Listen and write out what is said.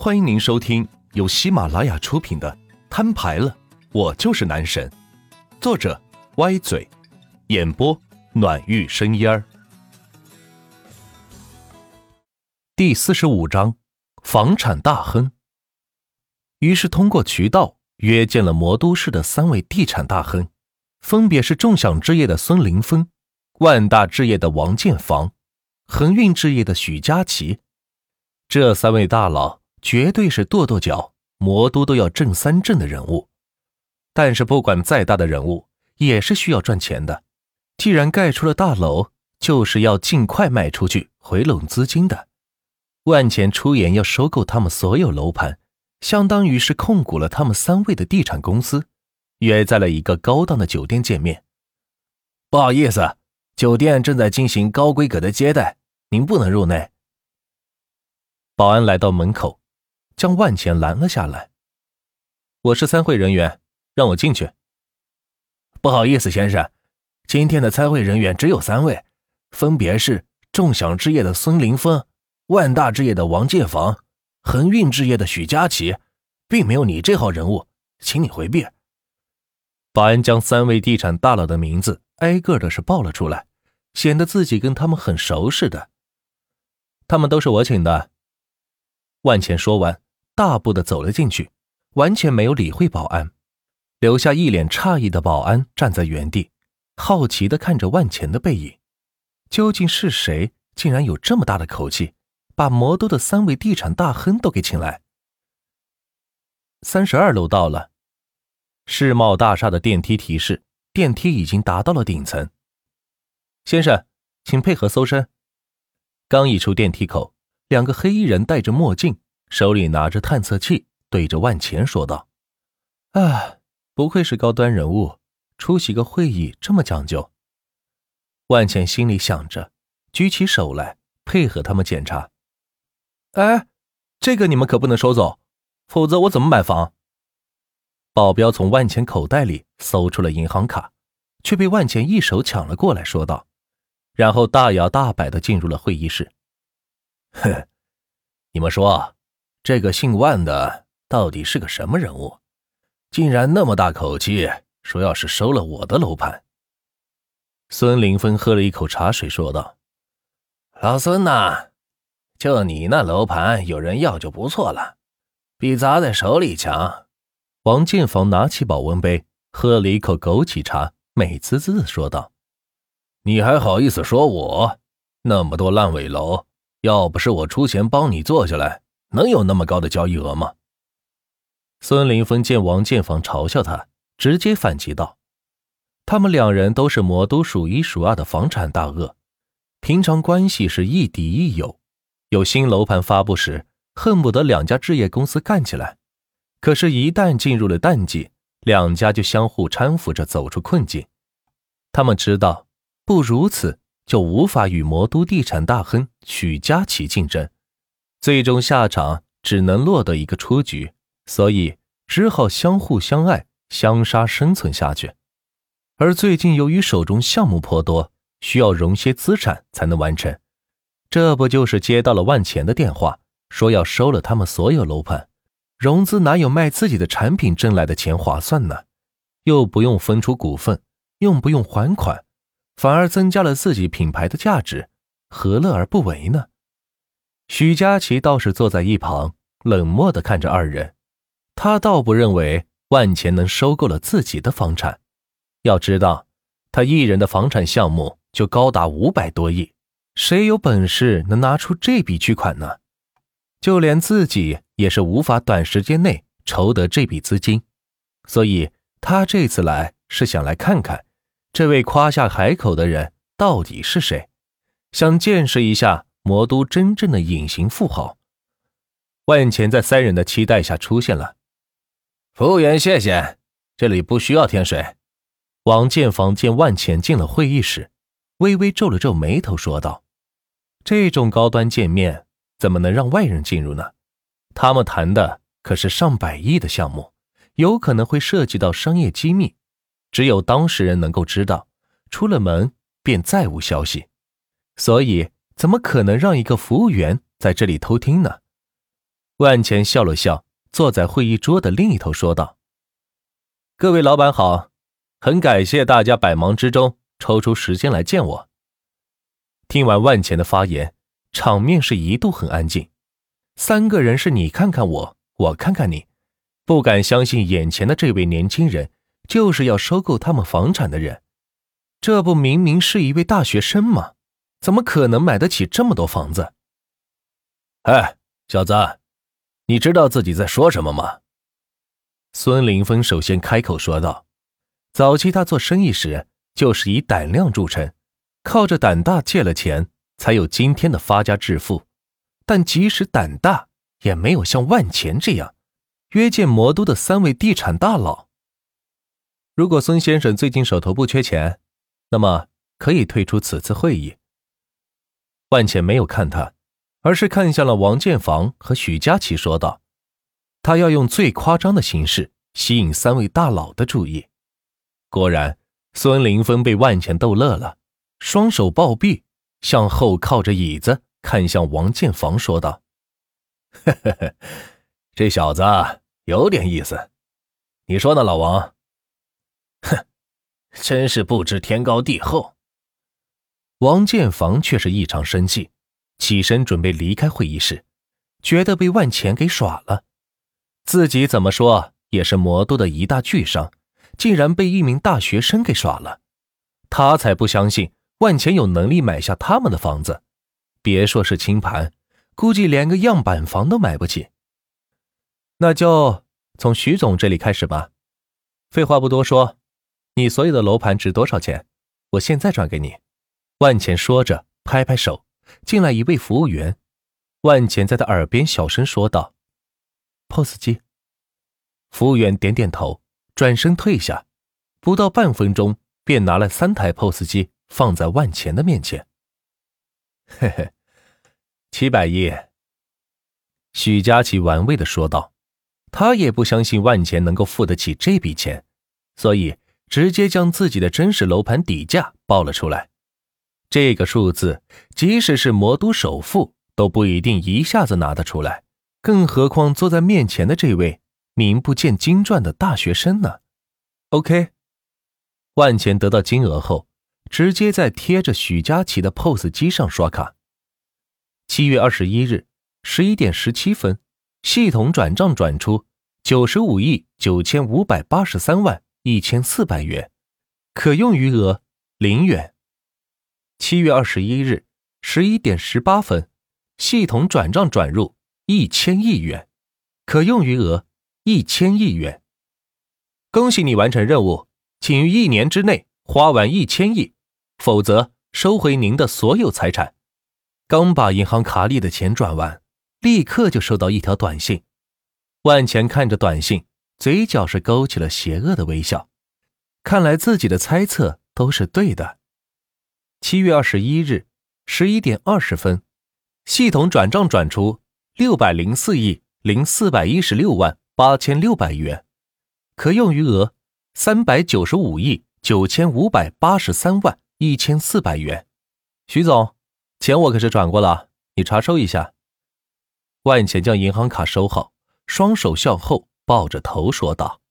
欢迎您收听由喜马拉雅出品的《摊牌了，我就是男神》，作者歪嘴，演播暖玉生烟儿。第45章，房产大亨。于是通过渠道约见了魔都市的3位地产大亨，分别是众享置业的孙林峰、万大置业的王建房、恒运置业的许佳琪。这3位大佬绝对是跺跺脚，魔都都要挣3挣的人物。但是不管再大的人物，也是需要赚钱的。既然盖出了大楼，就是要尽快卖出去，回笼资金的。万钱出言要收购他们所有楼盘，相当于是控股了他们3位的地产公司，约在了一个高档的酒店见面。不好意思，酒店正在进行高规格的接待，您不能入内。保安来到门口，将万钱拦了下来。我是参会人员，让我进去。不好意思先生，今天的参会人员只有3位，分别是众享置业的孙林峰、万大置业的王建房、恒运置业的许佳琪，并没有你这号人物，请你回避。保安将3位地产大佬的名字挨个的是报了出来，显得自己跟他们很熟似的。他们都是我请的。万钱说完，大步的走了进去，完全没有理会保安，留下一脸诧异的保安站在原地，好奇的看着万钱的背影。究竟是谁竟然有这么大的口气，把魔都的3位地产大亨都给请来？32楼到了，世贸大厦的电梯提示，电梯已经达到了顶层。先生，请配合搜身。刚一出电梯口，2个黑衣人戴着墨镜，手里拿着探测器，对着万钱说道：不愧是高端人物，出席个会议这么讲究。万钱心里想着，举起手来配合他们检查。这个你们可不能收走，否则我怎么买房？保镖从万钱口袋里搜出了银行卡，却被万钱一手抢了过来，说道，然后大摇大摆地进入了会议室。你们说，这个姓万的到底是个什么人物？竟然那么大口气，说要是收了我的楼盘。孙林峰喝了一口茶水说道：老孙呐，就你那楼盘有人要就不错了，比砸在手里强。王建房拿起保温杯，喝了一口枸杞茶，美滋滋地说道：你还好意思说我？那么多烂尾楼，要不是我出钱帮你做下来，能有那么高的交易额吗？孙林峰见王建房嘲笑他，直接反击道：他们2人都是魔都数1数2的房产大鳄，平常关系是亦敌亦友，有新楼盘发布时，恨不得2家置业公司干起来。可是一旦进入了淡季，2家就相互搀扶着走出困境。他们知道，不如此就无法与魔都地产大亨许佳琪竞争，最终下场只能落得一个出局，所以只好相互相爱，相杀生存下去。而最近由于手中项目颇多，需要融些资产才能完成，这不就是接到了万钱的电话，说要收了他们所有楼盘，融资哪有卖自己的产品挣来的钱划算呢？又不用分出股份，又不用还款，反而增加了自己品牌的价值，何乐而不为呢？许佳琪倒是坐在一旁，冷漠地看着2人。他倒不认为万钱能收购了自己的房产，要知道他一人的房产项目就高达500多亿，谁有本事能拿出这笔巨款呢？就连自己也是无法短时间内筹得这笔资金，所以他这次来是想来看看这位夸下海口的人到底是谁，想见识一下魔都真正的隐形富豪。万钱在3人的期待下出现了。服务员谢谢，这里不需要添水。王建房见万钱进了会议室，微微皱了皱眉头说道：这种高端见面怎么能让外人进入呢？他们谈的可是上百亿的项目，有可能会涉及到商业机密，只有当事人能够知道，出了门便再无消息，所以怎么可能让一个服务员在这里偷听呢？ 万钱笑了笑，坐在会议桌的另一头说道：各位老板好，很感谢大家百忙之中抽出时间来见我。听完万钱的发言，场面是一度很安静。三个人是你看看我，我看看你，不敢相信眼前的这位年轻人就是要收购他们房产的人。这不明明是一位大学生吗？怎么可能买得起这么多房子？哎，小子，你知道自己在说什么吗？孙凌峰首先开口说道。早期他做生意时就是以胆量著称，靠着胆大借了钱才有今天的发家致富。但即使胆大，也没有像万钱这样约见魔都的3位地产大佬。如果孙先生最近手头不缺钱，那么可以退出此次会议。万钱没有看他，而是看向了王建房和许佳琪说道，他要用最夸张的形式吸引3位大佬的注意。果然，孙凌峰被万钱逗乐了，双手抱臂，向后靠着椅子，看向王建房说道：呵呵呵，这小子有点意思，你说呢，老王？哼，真是不知天高地厚。王建房却是异常生气，起身准备离开会议室，觉得被万钱给耍了。自己怎么说也是魔都的一大巨商，竟然被一名大学生给耍了。他才不相信万钱有能力买下他们的房子，别说是清盘，估计连个样板房都买不起。那就从徐总这里开始吧。废话不多说，你所有的楼盘值多少钱？我现在转给你。万钱说着拍拍手，进来一位服务员。万钱在他耳边小声说道： POS 机。服务员点点头，转身退下，不到半分钟便拿了3台 POS 机放在万钱的面前。嘿嘿，700亿。许佳琪玩味地说道，他也不相信万钱能够付得起这笔钱，所以直接将自己的真实楼盘底价报了出来。这个数字即使是魔都首富都不一定一下子拿得出来，更何况坐在面前的这位名不见经传的大学生呢？ OK。 万钱得到金额后，直接在贴着许佳琪的 POS 机上刷卡。7月21日11点17分，系统转账转出95亿9583万1400元，可用余额0元。7月21日11点18分，系统转账转入1000亿元，可用余额1000亿元。恭喜你完成任务，请于1年之内花完1000亿，否则收回您的所有财产。刚把银行卡里的钱转完，立刻就收到一条短信。万钱看着短信，嘴角是勾起了邪恶的微笑，看来自己的猜测都是对的。7月21日11点20分，系统转账转出604亿0416万8600元，可用余额395亿9583万1400元。徐总，钱我可是转过了，你查收一下。万钱将银行卡收好，双手向后抱着头说道。